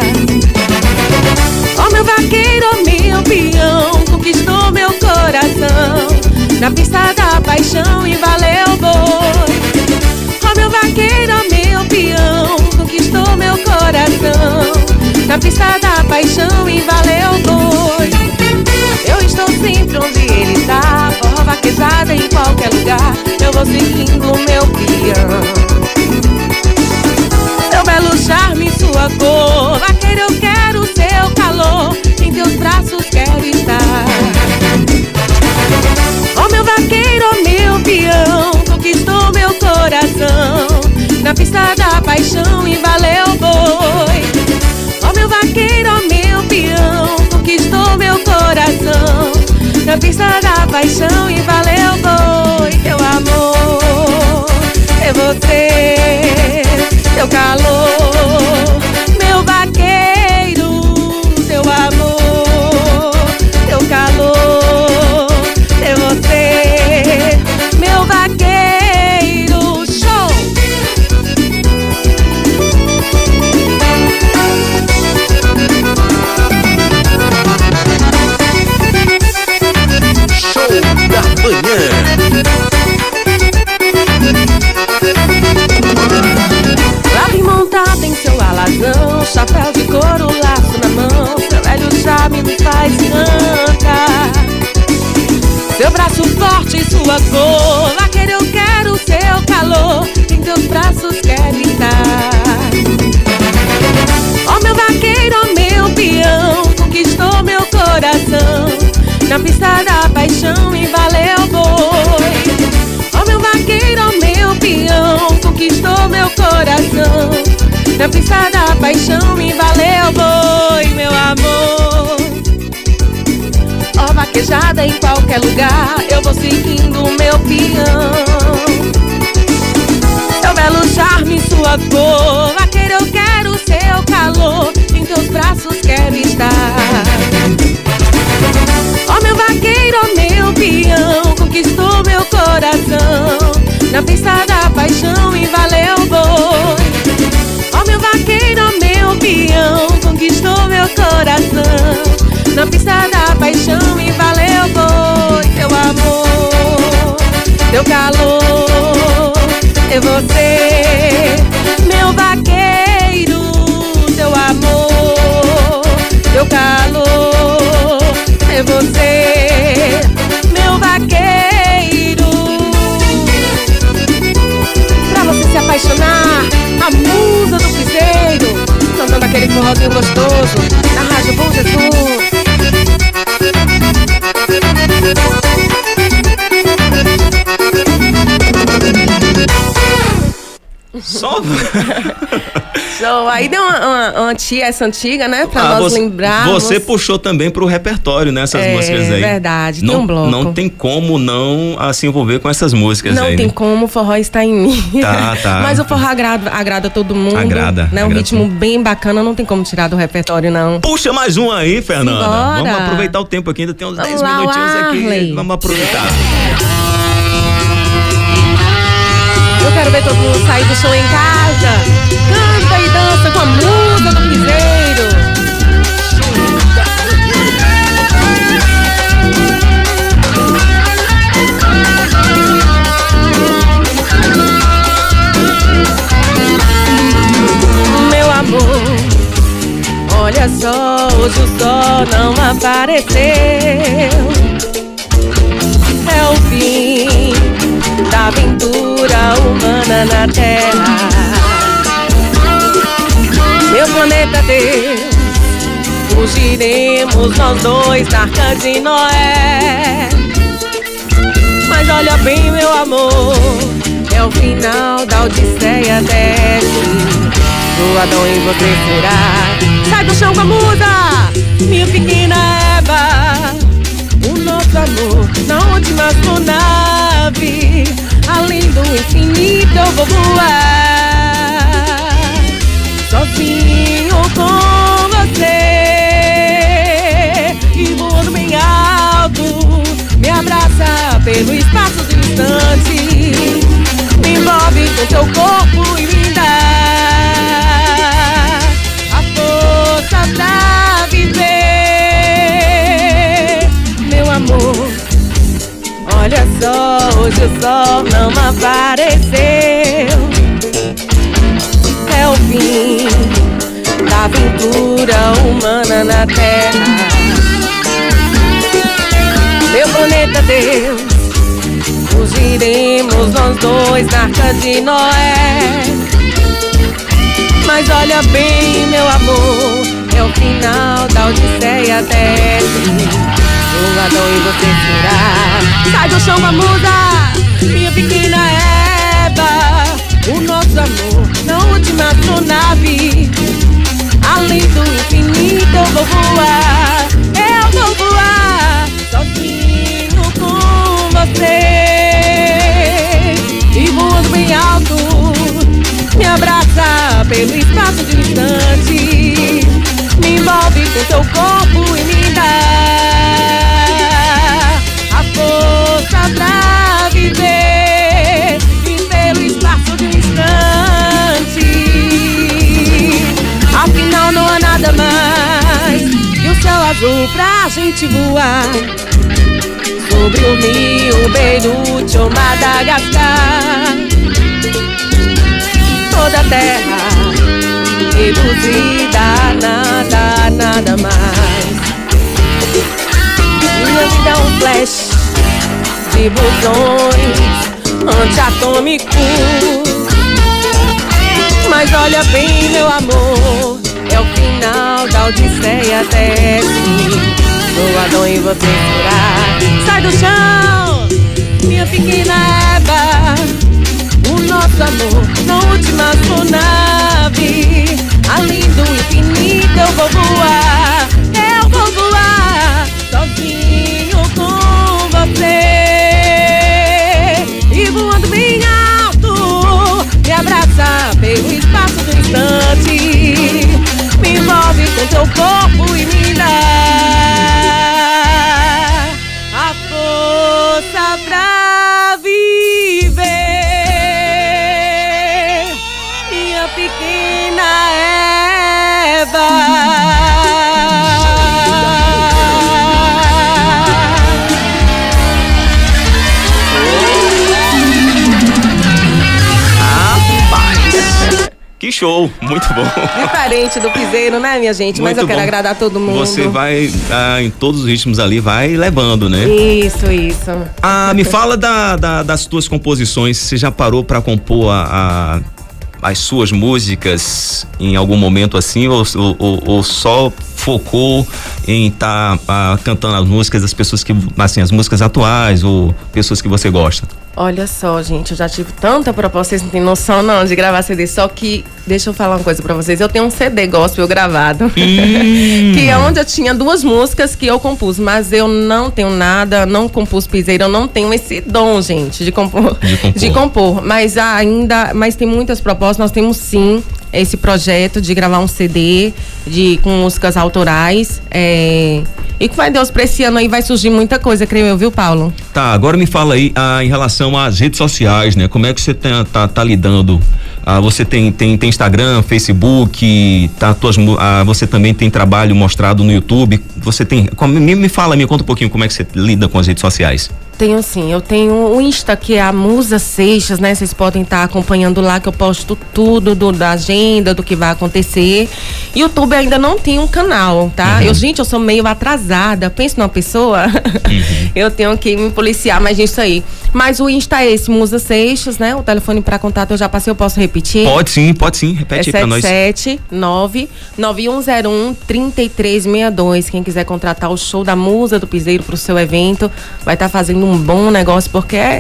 Ó meu vaqueiro, ó meu peão, conquistou meu coração na pista da paixão e valeu boi. Ó meu vaqueiro, ó meu peão, conquistou meu coração na pista da paixão e valeu boi. Eu estou sempre onde ele tá, forró vaquejada em qualquer lugar, eu vou seguindo o meu peão. Seu belo charme, sua cor, vaqueiro eu quero seu calor, em teus braços quero estar. Ó meu vaqueiro, ó meu peão, conquistou meu coração na pista da paixão e valeu boi. Ó meu vaqueiro, ó meu peão, conquistou meu coração na pista da paixão e valeu boi. Teu amor é você, teu calor, meu vaqueiro, teu amor, teu calor, é você, meu vaqueiro. Show! Show da manhã. Lá bem montada em seu alazão, chapéu de couro, laço na mão, seu velho charme me faz cantar. Seu braço forte e sua cor, vaqueiro eu quero seu calor, em teus braços quero estar. Ó meu vaqueiro, ó meu peão, conquistou meu coração na pista da paixão e valeu boi. Ó meu vaqueiro, ó meu peão, conquistou meu coração na pista da paixão e valeu boi, meu amor. Ó vaquejada em qualquer lugar, eu vou seguindo o meu peão. Seu belo charme, sua cor, vaqueiro eu quero seu calor, em teus braços quero estar. Ó meu vaqueiro, ó meu peão, conquistou meu coração na pista da paixão e valeu boi. Ó meu vaqueiro, ó meu peão, conquistou meu coração na pista da paixão e valeu boi. Teu amor, teu calor, é você, meu vaqueiro, teu amor, teu calor, é você, meu vaqueiro. Pra você se apaixonar, a musa do piseiro, cantando aquele forrozinho gostoso na Rádio Bom Jesus. Só. Show. Aí deu uma, uma, uma tia, essa antiga, né? Pra Ah, nós você, lembrarmos. você puxou também pro repertório, né? Essas É, músicas aí. verdade, tem não, um bloco. Não tem como não ah, se envolver com essas músicas Não aí. tem né? como, o forró está em mim. Tá, tá. Mas o forró agrada, agrada todo mundo. Agrada, Né? Um agrada ritmo sim. bem bacana, não tem como tirar do repertório, não. Puxa mais um aí, Fernanda. Simbora. Vamos aproveitar o tempo aqui, ainda tem uns Vamos dez lá, minutinhos aqui. Arley. Vamos aproveitar. Eu quero ver todo mundo sair do show em casa. Canta e dança com a musa do piseiro. Meu amor, olha só, hoje o sol não apareceu. É o fim da aventura humana na Terra. Meu planeta Deus, fugiremos nós dois da Arca de Noé. Mas olha bem, meu amor, é o final da Odisseia deste. Do Adão em você será Sai do chão com a muda, minha pequena Eva. O nosso amor na última nave, além do infinito eu vou voar, sozinho com você. E voando bem alto, me abraça pelo espaço do instante, me envolve com teu corpo e me dá a força pra viver, meu amor. Olha só, hoje o sol não apareceu, é o fim da aventura humana na Terra. Meu planeta Deus, fugiremos nós dois na Arca de Noé. Mas olha bem, meu amor, é o final da Odisseia desce. O Adão e você será. Sai do chão, muda, minha pequena Eva. O nosso amor na última astronave, além do infinito eu vou voar, eu vou voar, sozinho com você. E voando bem alto, me abraça pelo espaço de um instante, me envolve com teu corpo e me dá a força pra viver, e pelo espaço de um instante. Afinal não há nada mais que o céu azul pra gente voar, sobre o rio Beirute ou Madagascar. Toda a terra reduzida a nada, nada mais. Minha vida é um flash de botões antiatômicos. Mas olha bem, meu amor, é o final da Odisseia desce. Sou Adão e você será. Sai do chão, minha pequena Eva. O nosso amor na última astronave, além do infinito eu vou voar, eu vou voar, sozinho com você. E voando bem alto, me abraça pelo espaço do instante, me envolve com teu corpo e me dá a força pra viver, minha pequena Eva. Que show, muito bom. Diferente do piseiro, né, minha gente? Mas Muito eu quero bom. agradar todo mundo. Você vai ah, em todos os ritmos ali, vai levando, né? Isso, isso. Ah, me fala da, da- das tuas composições. Você já parou pra compor a, a- as suas músicas em algum momento assim, ou, ou- ou só focou em estar cantando as músicas das pessoas que, assim, as músicas atuais ou pessoas que você gosta? Olha só, gente, eu já tive tanta proposta, vocês não têm noção não de gravar C D, só que, deixa eu falar uma coisa pra vocês, eu tenho um C D gospel gravado, que é onde eu tinha duas músicas que eu compus, mas eu não tenho nada, não compus piseiro, eu não tenho esse dom, gente, de compor, De compor. de compor, mas ainda, mas tem muitas propostas, nós temos sim esse projeto de gravar um C D de, com músicas autorais, é, e com fé de Deus, pra esse ano aí vai surgir muita coisa, creio eu, viu, Paulo? Tá, agora me fala aí ah, em relação às redes sociais, né? Como é que você tá, tá, tá lidando? Ah, você tem, tem, tem Instagram, Facebook, tá, tuas, mu- ah, você também tem trabalho mostrado no YouTube. Você tem. Como, me, me fala, me conta um pouquinho como é que você lida com as redes sociais. Tenho sim, eu tenho o Insta, que é a Musa Seixas, né? Vocês podem estar acompanhando lá, que eu posto tudo do, da agenda, do que vai acontecer. YouTube ainda não tem um canal, tá? Uhum. Eu, gente, eu sou meio atrasada. Penso numa pessoa, Uhum. eu tenho que me policiar, mas isso aí. Mas o Insta é esse, Musa Seixas, né? O telefone para contato eu já passei, eu posso repetir? Pode sim, pode sim. Repete É aí pra nós. sete sete nove nove um zero um três três seis dois. Quem quiser contratar o show da Musa do Piseiro pro seu evento, vai estar fazendo um bom negócio, porque é,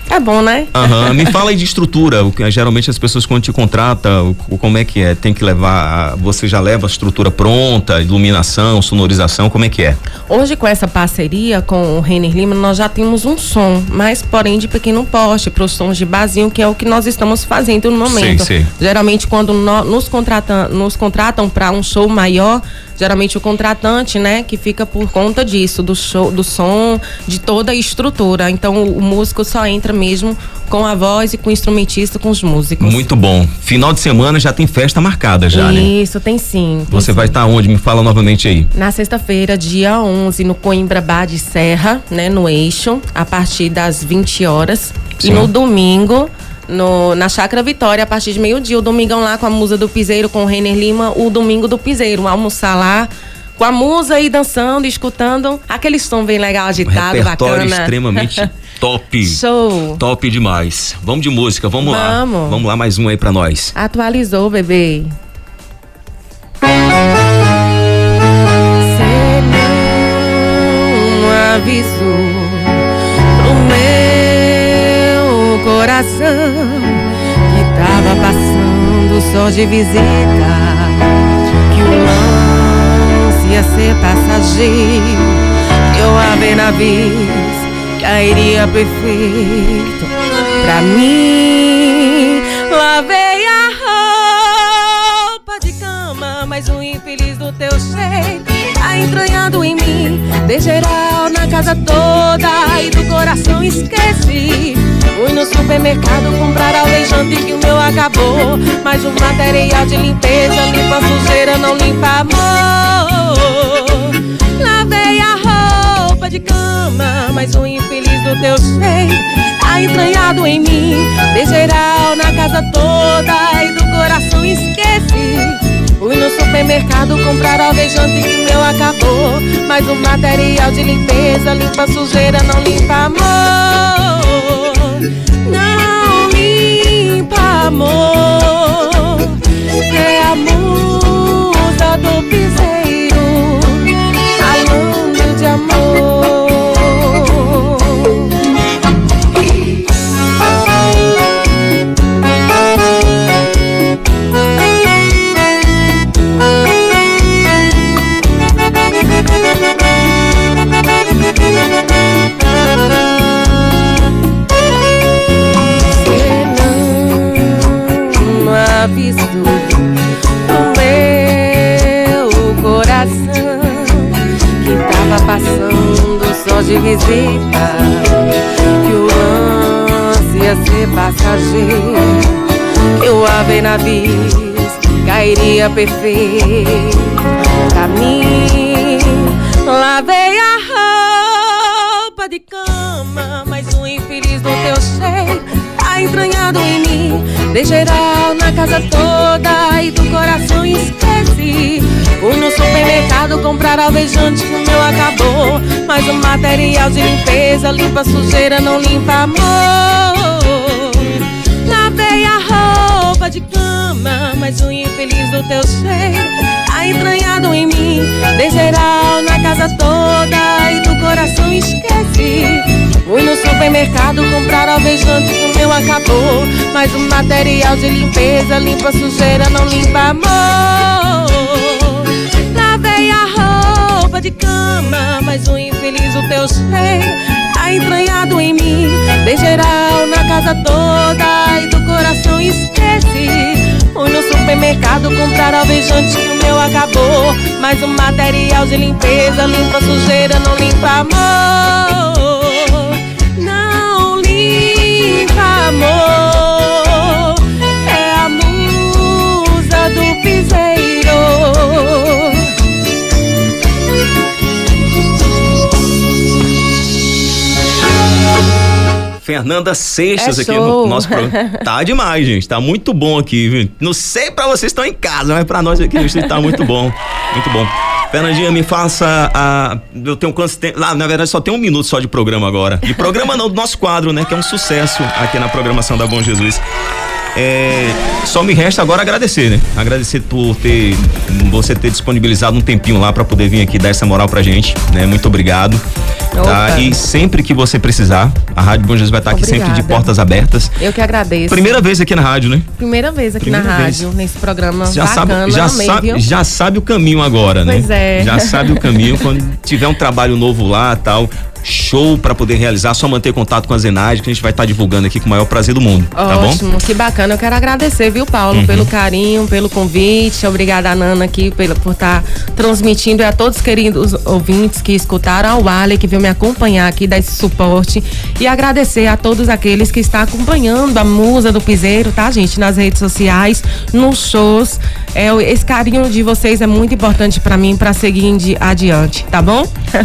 É bom, né? Aham, me fala aí de estrutura, o que, geralmente as pessoas quando te contratam, o, como é que é? Tem que levar, você já leva a estrutura pronta, iluminação, sonorização, como é que é? Hoje com essa parceria com o Renner Lima, nós já temos um som, mas porém de pequeno porte, para os sons de barzinho, que é o que nós estamos fazendo no momento. Sim, sim. Geralmente quando no, nos contratam, nos contratam para um show maior, geralmente o contratante, né, que fica por conta disso, do show, do som, de toda a estrutura. Então o, o músico só entra mesmo com a voz e com o instrumentista, com os músicos. Muito bom. Final de semana já tem festa marcada já, né? Isso, tem sim. Tem Você sim. vai estar onde? Me fala novamente aí. Na sexta-feira, dia onze, no Coimbra Bar de Serra, né, no Eixo, a partir das vinte horas. Sim. E no domingo, no, na Chácara Vitória, a partir de meio-dia, o domingão lá com a Musa do Piseiro, com o Renner Lima, o domingo do Piseiro, almoçar lá com a musa e dançando, escutando aquele som bem legal, agitado, Repertório bacana. extremamente top. Show. Top demais. Vamos de música, vamos, lá. Vamos. Vamos lá, mais um aí pra nós. Atualizou, bebê. Cê não avisou pro meu coração que tava passando só de visita, que o lance ia ser passageiro, que eu a ver navios cairia perfeito pra mim. Lavei a roupa de cama, mas o infeliz do teu cheiro tá entranhado em mim. Dei geral na casa toda e do coração esqueci. Fui no supermercado comprar alvejante que o meu acabou, mas o material de limpeza limpa a sujeira, não limpa amor. Lavei a roupa de cama, mas o infeliz do teu cheiro tá entranhado em mim. Dei geral na casa toda e do coração esqueci. Fui no supermercado comprar alvejante que o meu acabou, mas o material de limpeza limpa a sujeira, não limpa amor. Não limpa amor. É a musa do piseiro falando de amor. Aviso no meu coração que tava passando só de visita, que o lance ia ser passageiro, que o ave navios cairia perfeito pra mim. Lavei a roupa de cama, mas o infeliz do teu cheiro tá entranhado em mim. Dei geral na casa toda e do coração esqueci. Fui no supermercado comprar alvejante que o meu acabou, mas o material de limpeza limpa a sujeira, não limpa amor. Lavei a roupa de cama, mas o infeliz do teu cheiro tá entranhado em mim. Dei geral na casa toda e do coração esqueci. Fui no supermercado comprar alvejante que o meu acabou, mas o material de limpeza limpa a sujeira, não limpa amor. Lavei a roupa de cama, mas o infeliz do teu cheiro tá entranhado em mim. Dei geral na casa toda e do coração esqueci. Fui no supermercado comprar alvejante que o meu acabou, mas o material de limpeza limpa a sujeira, não limpa amor. Não limpa amor. É a musa do piseiro. Fernanda Seixas É aqui show. no nosso programa. Tá demais, gente. Tá muito bom aqui, viu? Não sei pra vocês que estão em casa, mas pra nós aqui no estúdio tá muito bom. Muito bom. Fernandinha, me faça a... Eu tenho quanto tempo... Lá, na verdade, só tem um minuto só de programa agora. De programa não, do nosso quadro, né? Que é um sucesso aqui na programação da Bom Jesus. É, só me resta agora agradecer, né? Agradecer por ter... Você ter disponibilizado um tempinho lá pra poder vir aqui dar essa moral pra gente, né? Muito obrigado. tá? Opa. E sempre que você precisar, a Rádio Bom Jesus vai estar aqui Obrigada. sempre de portas abertas. Eu que agradeço. Primeira vez aqui na rádio, né? Primeira vez aqui Primeira na vez. rádio, nesse programa Já bacana, sabe, já amei, sabe, viu? já sabe o caminho agora, né? Pois é. Já sabe o caminho quando tiver um trabalho novo lá, tal, show pra poder realizar, só manter contato com a Zenade, que a gente vai estar divulgando aqui com o maior prazer do mundo, tá bom? Ótimo, que bacana. Eu quero agradecer, viu, Paulo, Uhum. pelo carinho, pelo convite. Obrigada, Nana, aqui pela, por estar transmitindo, e a todos os queridos ouvintes que escutaram, ao Ale, que veio me acompanhar aqui, dar esse suporte. E agradecer a todos aqueles que estão acompanhando a Musa do Piseiro, tá, gente? Nas redes sociais, nos shows. É, esse carinho de vocês é muito importante pra mim, pra seguir indi- adiante, tá bom?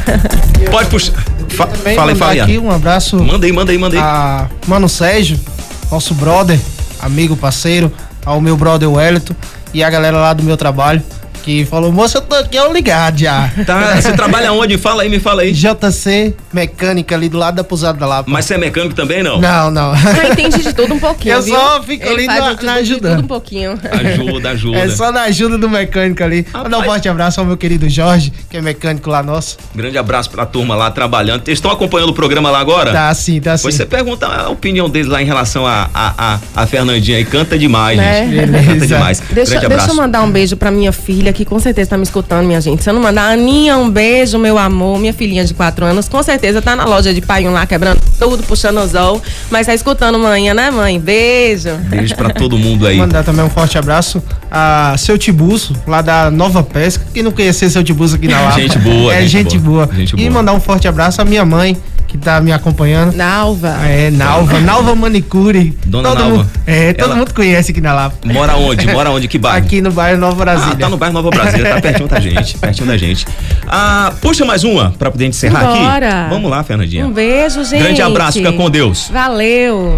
Pode puxar. Fa Também fala aí, mandar fala aqui aí. um abraço Manda aí, manda aí, manda aí. a Mano Sérgio, nosso brother, amigo, parceiro, ao meu brother Wellington e a galera lá do meu trabalho, que falou, moça, eu tô aqui, eu ligado já. Tá, você trabalha onde? Fala aí, me fala aí. J C Mecânica, ali do lado da Pousada da Lapa. Mas você é mecânico também, não? Não, não. Ah, entende de tudo um pouquinho, Eu viu? só fico Ele ali faz na- de tudo- na de ajudando. tudo um pouquinho. Ajuda, ajuda. É só na ajuda do mecânico ali. Mandar um forte abraço ao meu querido Jorge, que é mecânico lá nosso. Grande abraço pra turma lá trabalhando. Vocês estão acompanhando o programa lá agora? Tá sim, tá sim. Depois você pergunta a opinião deles lá em relação a, a, a, a Fernandinha aí. Canta demais, Né? gente. Beleza. Canta demais. Deixa, Grande deixa abraço. eu mandar um beijo pra minha filha, que com certeza tá me escutando, minha gente. Se eu não mandar, Aninha, um beijo, meu amor. Minha filhinha de quatro anos, com certeza tá na loja de pai um lá, quebrando tudo, puxando o zol. Mas tá escutando manhã, né, mãe? Beijo. Beijo pra todo mundo aí. Mandar também um forte abraço a seu Tibuço, lá da Nova Pesca. Quem não conhecer seu Tibuço aqui na Lapa. Gente boa, É gente gente boa, boa. gente E boa. mandar um forte abraço à minha mãe, que tá me acompanhando. Nalva. É, Nalva, Nalva Manicure. Dona todo Nalva. Mundo, é, todo Ela- mundo conhece aqui na Lapa. Mora onde? Mora onde? Que bairro? Aqui no bairro Nova Brasília. Ah, tá no bairro Nova Brasília, tá pertinho da gente, pertinho da gente. Ah, puxa mais uma pra poder encerrar Bora. aqui. Vamos lá, Fernandinha. Um beijo, gente. Grande abraço, fica com Deus. Valeu.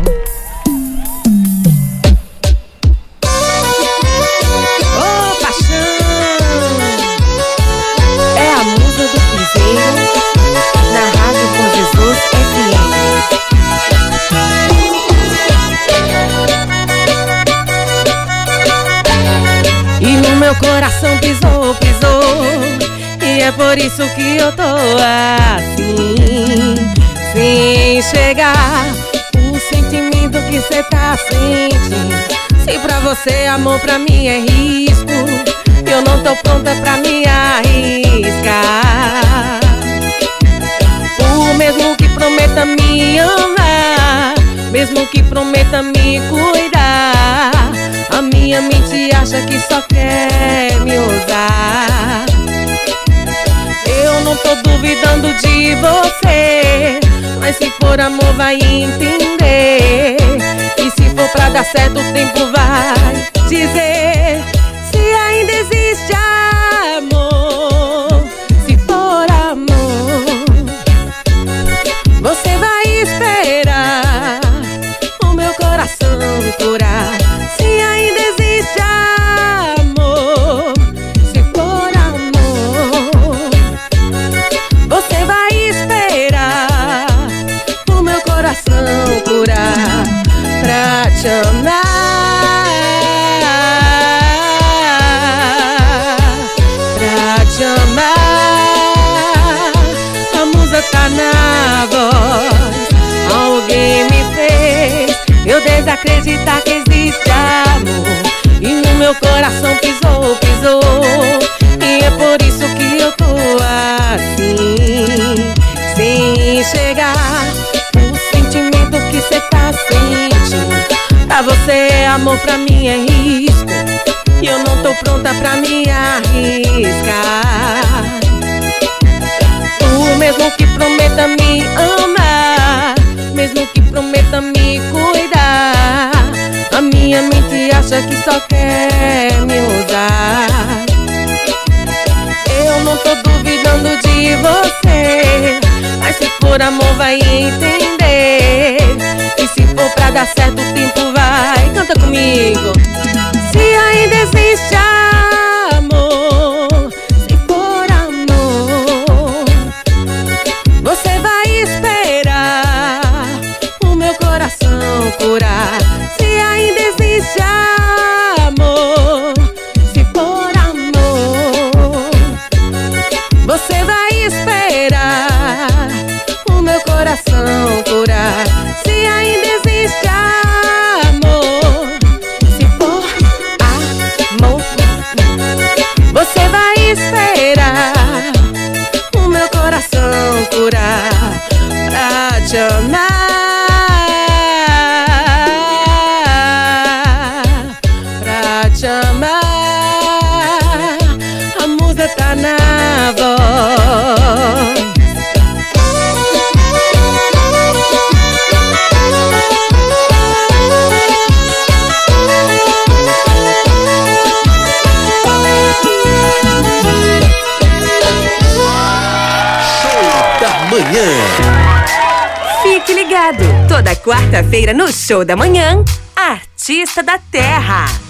Ô, paixão. É a Musa do Piseiro, na Rádio Com Jesus F M. E no meu coração pisou, pisou. E é por isso que eu tô assim, sem chegar o sentimento que cê tá sentindo. Se pra você amor, pra mim é risco, eu não tô pronta pra me arriscar. O mesmo que prometa me amar, mesmo que prometa me cuidar, a minha mente acha que só quer me usar. Eu não tô duvidando de você, mas se for amor vai entender. E se for pra dar certo o tempo vai dizer se ainda existe amor. Se for amor, você vai esperar o meu coração curar. Se ainda existe amor, se for amor, você vai esperar o meu coração curar pra te amar, pra te amar. A musa tá na voz, alguém me fez eu desacreditar que existe amor. E no meu coração pisou, pisou. E é por isso que eu tô assim, sem chegar o sentimento que cê tá sentindo. Pra você amor, pra mim é risco, e eu não tô pronta pra me arriscar. O mesmo que prometa me amar, mesmo que prometa me cuidar, a minha mente acha que só quer me usar. Eu não tô duvidando de você, mas se for amor vai entender. E se for pra dar certo o tempo vai. Canta comigo. Se ainda existe amor, se for amor, você vai esperar o meu coração curar. Se ainda existe amor, se for amor, você vai esperar Manhã. Fique ligado, toda quarta-feira no Show da Manhã, Artista da Terra.